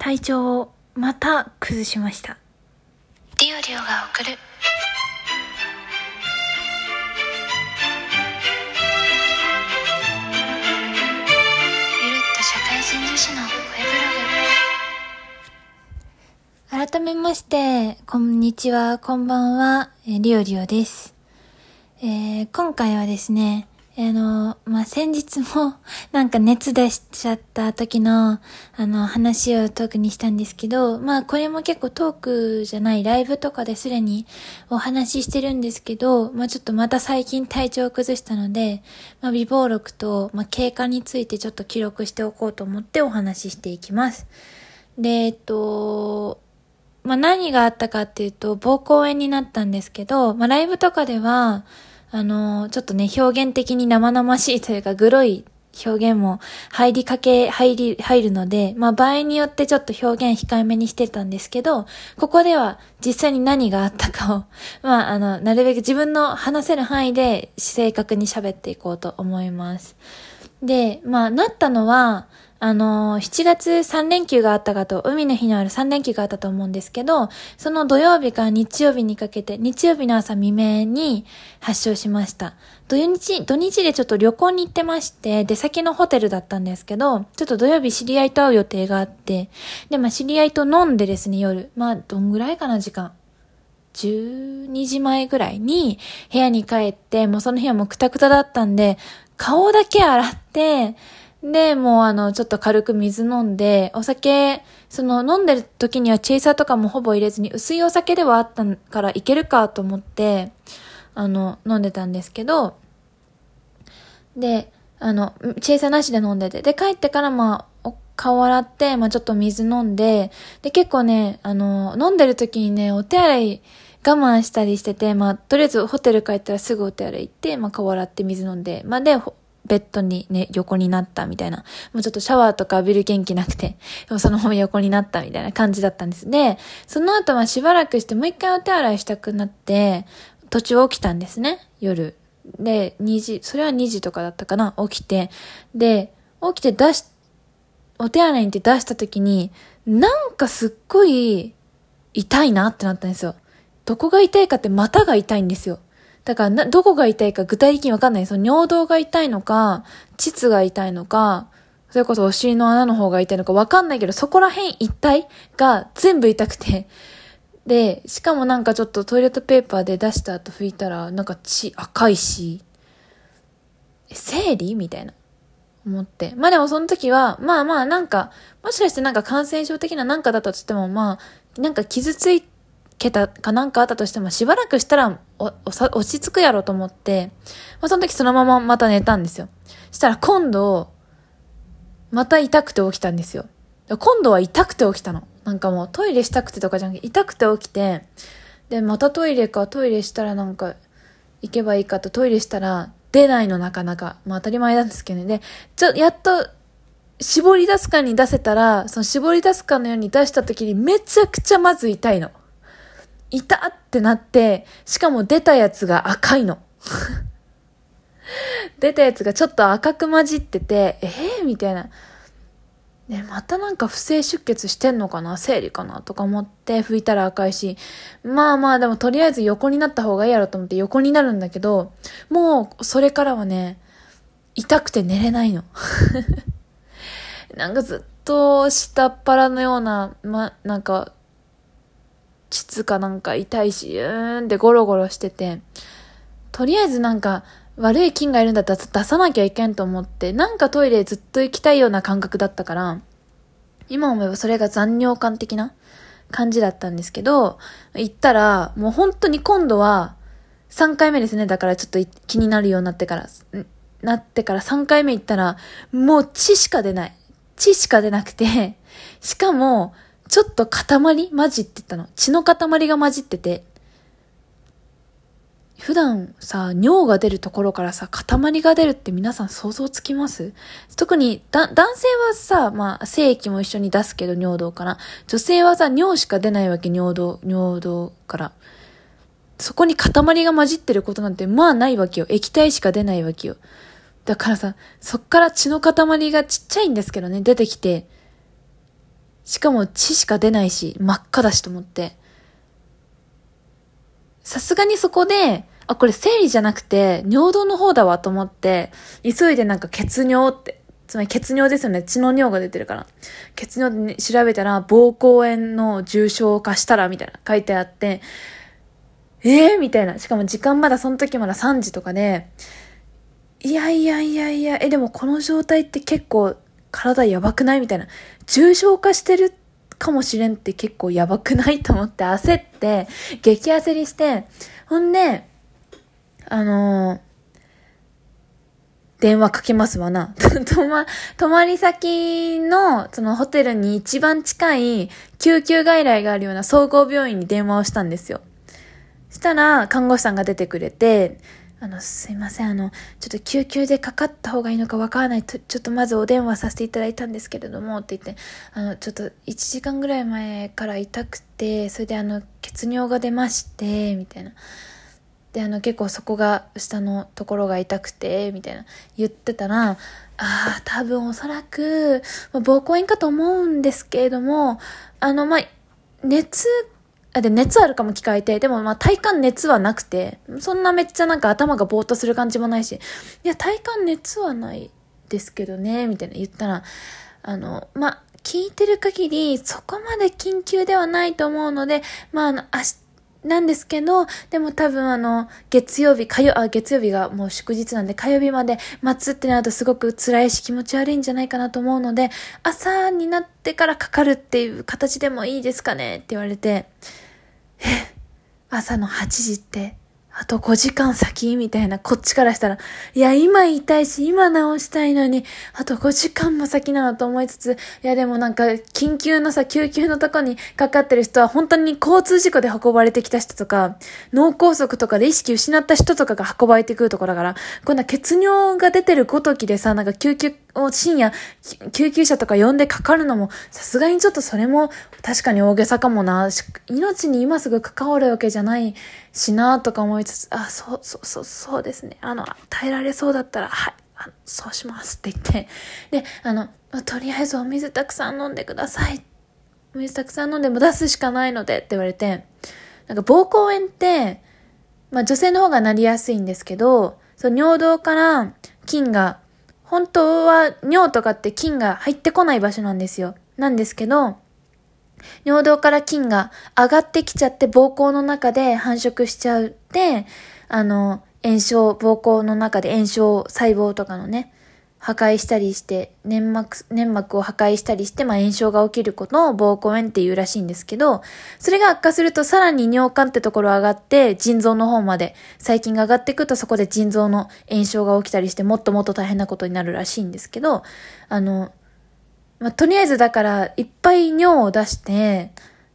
体調をまた崩しました。 リオリオが送るゆるっと社会人女子の声ブログ。 改めまして、こんにちは、こんばんは、リオリオです。今回はですね、先日もなんか熱出しちゃった時の話を特にしたんですけど、これも結構トークじゃないライブとかですでにお話ししてるんですけど、ちょっとまた最近体調を崩したので、微暴録と、経過についてちょっと記録しておこうと思ってお話ししていきます。で、何があったかっていうと、膀胱炎になったんですけど、ライブとかでは、ちょっとね、表現的に生々しいというか、グロい表現も入るので、場合によってちょっと表現控えめにしてたんですけど、ここでは実際に何があったかを、なるべく自分の話せる範囲で正確に喋っていこうと思います。で、なったのは、7月3連休があったかと、海の日のある3連休があったと思うんですけど、その土曜日から日曜日にかけて、日曜日の朝未明に発症しました。土日でちょっと旅行に行ってまして、出先のホテルだったんですけど、ちょっと土曜日知り合いと会う予定があって、で、知り合いと飲んでですね、夜、どんぐらいかな、時間。12時前ぐらいに部屋に帰って、もうその日はもうクタクタだったんで、顔だけ洗って、で、もうちょっと軽く水飲んで、お酒、飲んでる時にはチェイサーとかもほぼ入れずに、薄いお酒ではあったからいけるかと思って、飲んでたんですけど、で、チェイサーなしで飲んでて、で、帰ってから顔洗って、ちょっと水飲んで、で、結構ね、飲んでる時にね、お手洗い我慢したりしてて、とりあえずホテル帰ったらすぐお手洗い行って、顔洗って水飲んで、で、ベッドにね、横になったみたいな。もうちょっとシャワーとか浴びる元気なくて、でもそのまま横になったみたいな感じだったんです。で、その後はしばらくしてもう一回お手洗いしたくなって、途中起きたんですね、夜。で、それは2時とかだったかな、起きて。で、起きてお手洗いに行って出した時に、なんかすっごい痛いなってなったんですよ。どこが痛いかって股が痛いんですよ。だからどこが痛いか具体的にわかんない。尿道が痛いのか、膣が痛いのか、それこそお尻の穴の方が痛いのかわかんないけど、そこら辺一体が全部痛くて。で、しかもなんかちょっとトイレットペーパーで出した後拭いたら、なんか赤いし、生理みたいな。思って。でもその時は、なんか、もしかしてなんか感染症的ななんかだったとしても、なんか傷ついけたかなんかあったとしても、しばらくしたら落ち着くやろと思って、その時そのまままた寝たんですよ。したら今度、また痛くて起きたんですよ。今度は痛くて起きたの。なんかもうトイレしたくてとかじゃなくて、痛くて起きて、で、またトイレしたらなんか、行けばいいかとトイレしたら、出ないのなかなか。当たり前なんですけどね。で、やっと、絞り出すかに出せたら、その絞り出すかのように出した時にめちゃくちゃまず痛いの。痛ってなって、しかも出たやつが赤いの。出たやつがちょっと赤く混じってて、みたいな。ね、またなんか不正出血してんのかな、生理かなとか思って拭いたら赤いし、でもとりあえず横になった方がいいやろと思って横になるんだけど、もうそれからはね、痛くて寝れないの。なんかずっと下っ腹のような、なんか、膣かなんか痛いし、ってゴロゴロしてて、とりあえずなんか悪い菌がいるんだったら出さなきゃいけんと思って、なんかトイレずっと行きたいような感覚だったから、今思えばそれが残尿感的な感じだったんですけど、行ったら、もう本当に今度は3回目ですね。だからちょっと気になるようになってから3回目行ったら、もう血しか出ない。血しか出なくて、しかも、ちょっと塊混じってたの。血の塊が混じってて、普段さ、尿が出るところからさ、塊が出るって皆さん想像つきます？特に男性はさ、精液も一緒に出すけど尿道から。女性はさ、尿しか出ないわけ、尿道から。そこに塊が混じってることなんてないわけよ。液体しか出ないわけよ。だからさ、そっから血の塊がちっちゃいんですけどね、出てきて、 しかも血しか出ないし、真っ赤だしと思って。さすがにそこで、あ、これ生理じゃなくて尿道の方だわと思って、急いでなんか血尿って、つまり血尿ですよね。血の尿が出てるから。血尿で、ね、調べたら、膀胱炎の重症化したら、みたいな書いてあって、みたいな。しかも時間まだその時まだ3時とかで、いや、でもこの状態って結構体やばくないみたいな。重症化してるかもしれんって結構やばくないと思って焦って、激焦りして、ほんで、電話かけますわな。泊まり先の、そのホテルに一番近い救急外来があるような総合病院に電話をしたんですよ。したら、看護師さんが出てくれて、すいません、ちょっと救急でかかった方がいいのかわからないと、ちょっとまずお電話させていただいたんですけれども、って言って、ちょっと1時間ぐらい前から痛くて、それで血尿が出まして、みたいな。で、結構そこが、下のところが痛くて、みたいな、言ってたら、多分おそらく、膀胱炎かと思うんですけれども、熱あるかも聞かれて、でも体感熱はなくて、そんなめっちゃなんか頭がぼーっとする感じもないし、いや、体感熱はないですけどね、みたいな言ったら、聞いてる限り、そこまで緊急ではないと思うので、なんですけど、でも多分月曜日がもう祝日なんで火曜日まで待つってなるとすごく辛いし気持ち悪いんじゃないかなと思うので、朝になってからかかるっていう形でもいいですかねって言われて、朝の8時って、あと5時間先みたいな、こっちからしたら、いや、今痛いし、今治したいのに、あと5時間も先なのと思いつつ、いや、でもなんか、救急のとこにかかってる人は、本当に交通事故で運ばれてきた人とか、脳梗塞とかで意識失った人とかが運ばれてくるところだから、こんな血尿が出てるごときでさ、なんか深夜、救急車とか呼んでかかるのも、さすがにちょっとそれも、確かに大げさかもな。命に今すぐ関わるわけじゃないしな、とか思いつつ、そうですね。耐えられそうだったら、はい、そうしますって言って。で、とりあえずお水たくさん飲んでください。お水たくさん飲んでも出すしかないのでって言われて、なんか膀胱炎って、女性の方がなりやすいんですけど、尿道から菌が、本当は尿とかって菌が入ってこない場所なんですよ。なんですけど、尿道から菌が上がってきちゃって膀胱の中で繁殖しちゃうで、炎症、膀胱の中で炎症細胞とかのね、破壊したりして、粘膜を破壊したりして、炎症が起きることを膀胱炎っていうらしいんですけど、それが悪化するとさらに尿管ってところ上がって、腎臓の方まで細菌が上がってくるとそこで腎臓の炎症が起きたりして、もっともっと大変なことになるらしいんですけど、とりあえずだから、いっぱい尿を出して、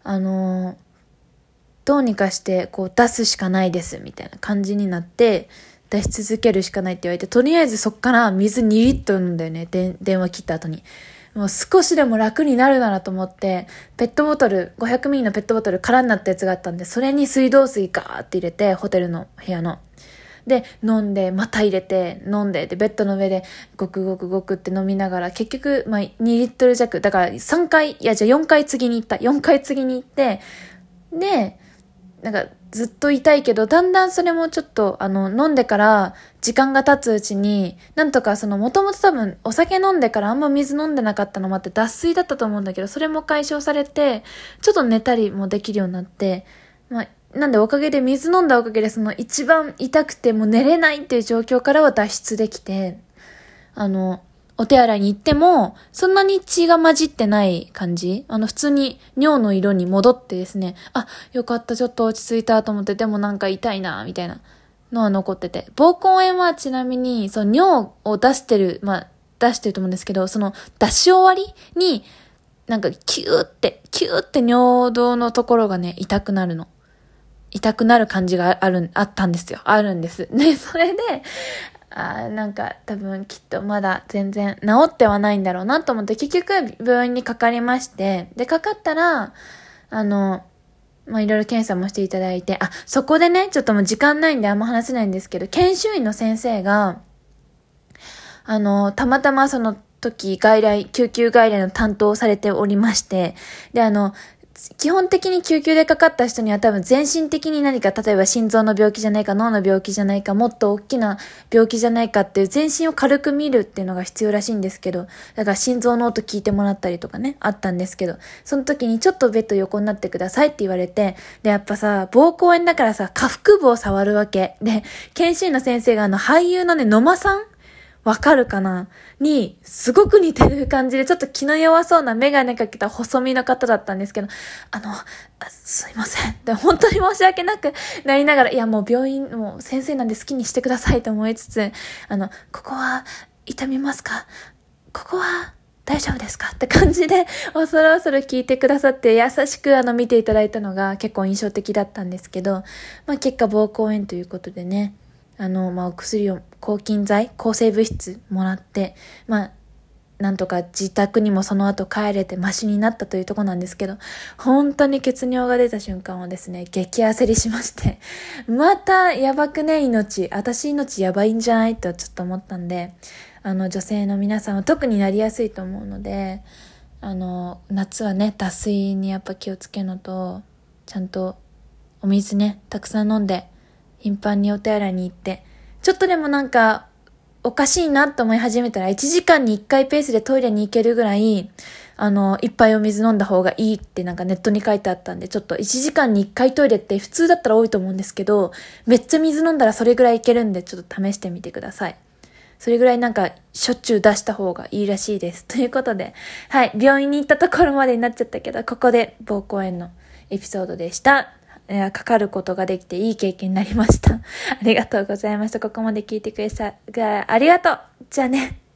どうにかしてこう出すしかないですみたいな感じになって出し続けるしかないって言われて、とりあえずそっから水2リットル飲んだよね。電話切った後に。もう少しでも楽になるならと思って、ペットボトル、500ミリのペットボトル空になったやつがあったんで、それに水道水ガーって入れて、ホテルの部屋の。で、飲んで、また入れて、飲んで、で、ベッドの上で、ごくごくごくって飲みながら、結局、2リットル弱、だから4回次に行った。4回次に行って、で、なんか、ずっと痛いけど、だんだんそれもちょっと、飲んでから、時間が経つうちに、なんとかもともと多分、お酒飲んでからあんま水飲んでなかったのもあって、脱水だったと思うんだけど、それも解消されて、ちょっと寝たりもできるようになって、なんでおかげで水飲んだおかげで一番痛くてもう寝れないっていう状況からは脱出できて、お手洗いに行っても、そんなに血が混じってない感じ？普通に尿の色に戻ってですね、よかった、ちょっと落ち着いたと思って、でもなんか痛いな、みたいなのは残ってて。膀胱炎はちなみに、尿を出してると思うんですけど、出し終わりに、なんかキューって尿道のところがね、痛くなる感じがあったんですよ。あるんです。で、それで、なんか多分きっとまだ全然治ってはないんだろうなと思って、結局病院にかかりまして、で、かかったら、いろいろ検査もしていただいて、そこでね、ちょっともう時間ないんであんま話せないんですけど、研修医の先生が、たまたま時救急外来の担当をされておりまして、で、基本的に救急でかかった人には多分全身的に何か、例えば心臓の病気じゃないか、脳の病気じゃないか、もっと大きな病気じゃないかっていう全身を軽く見るっていうのが必要らしいんですけど、だから心臓の音聞いてもらったりとかね、あったんですけど、その時にちょっとベッド横になってくださいって言われて、で、やっぱさ、膀胱炎だからさ、下腹部を触るわけ。で、研修医の先生が俳優のね、野間さんわかるかなに、すごく似てる感じで、ちょっと気の弱そうなメガネかけた細身の方だったんですけど、すいません。で、本当に申し訳なくなりながら、いやもう病院、もう先生なんで好きにしてくださいと思いつつ、ここは痛みますか？ここは大丈夫ですかって感じで、恐る恐る聞いてくださって、優しく見ていただいたのが結構印象的だったんですけど、結果膀胱炎ということでね、お薬を、抗菌剤、抗生物質もらって、なんとか自宅にもその後帰れてマシになったというところなんですけど、本当に血尿が出た瞬間はですね、激焦りしまして、またやばくね、私命やばいんじゃないとちょっと思ったんで、女性の皆さんは特になりやすいと思うので、夏はね、脱水にやっぱ気をつけるのと、ちゃんとお水ね、たくさん飲んで、頻繁にお手洗いに行って、ちょっとでもなんかおかしいなと思い始めたら1時間に1回ペースでトイレに行けるぐらい、いっぱいお水飲んだ方がいいってなんかネットに書いてあったんで、ちょっと1時間に1回トイレって普通だったら多いと思うんですけど、めっちゃ水飲んだらそれぐらいいけるんで、ちょっと試してみてください。それぐらいなんかしょっちゅう出した方がいいらしいです。ということで、はい、病院に行ったところまでになっちゃったけど、ここで膀胱炎のエピソードでした。かかることができていい経験になりました。ありがとうございました。ここまで聞いてくれたありがとう。じゃあね。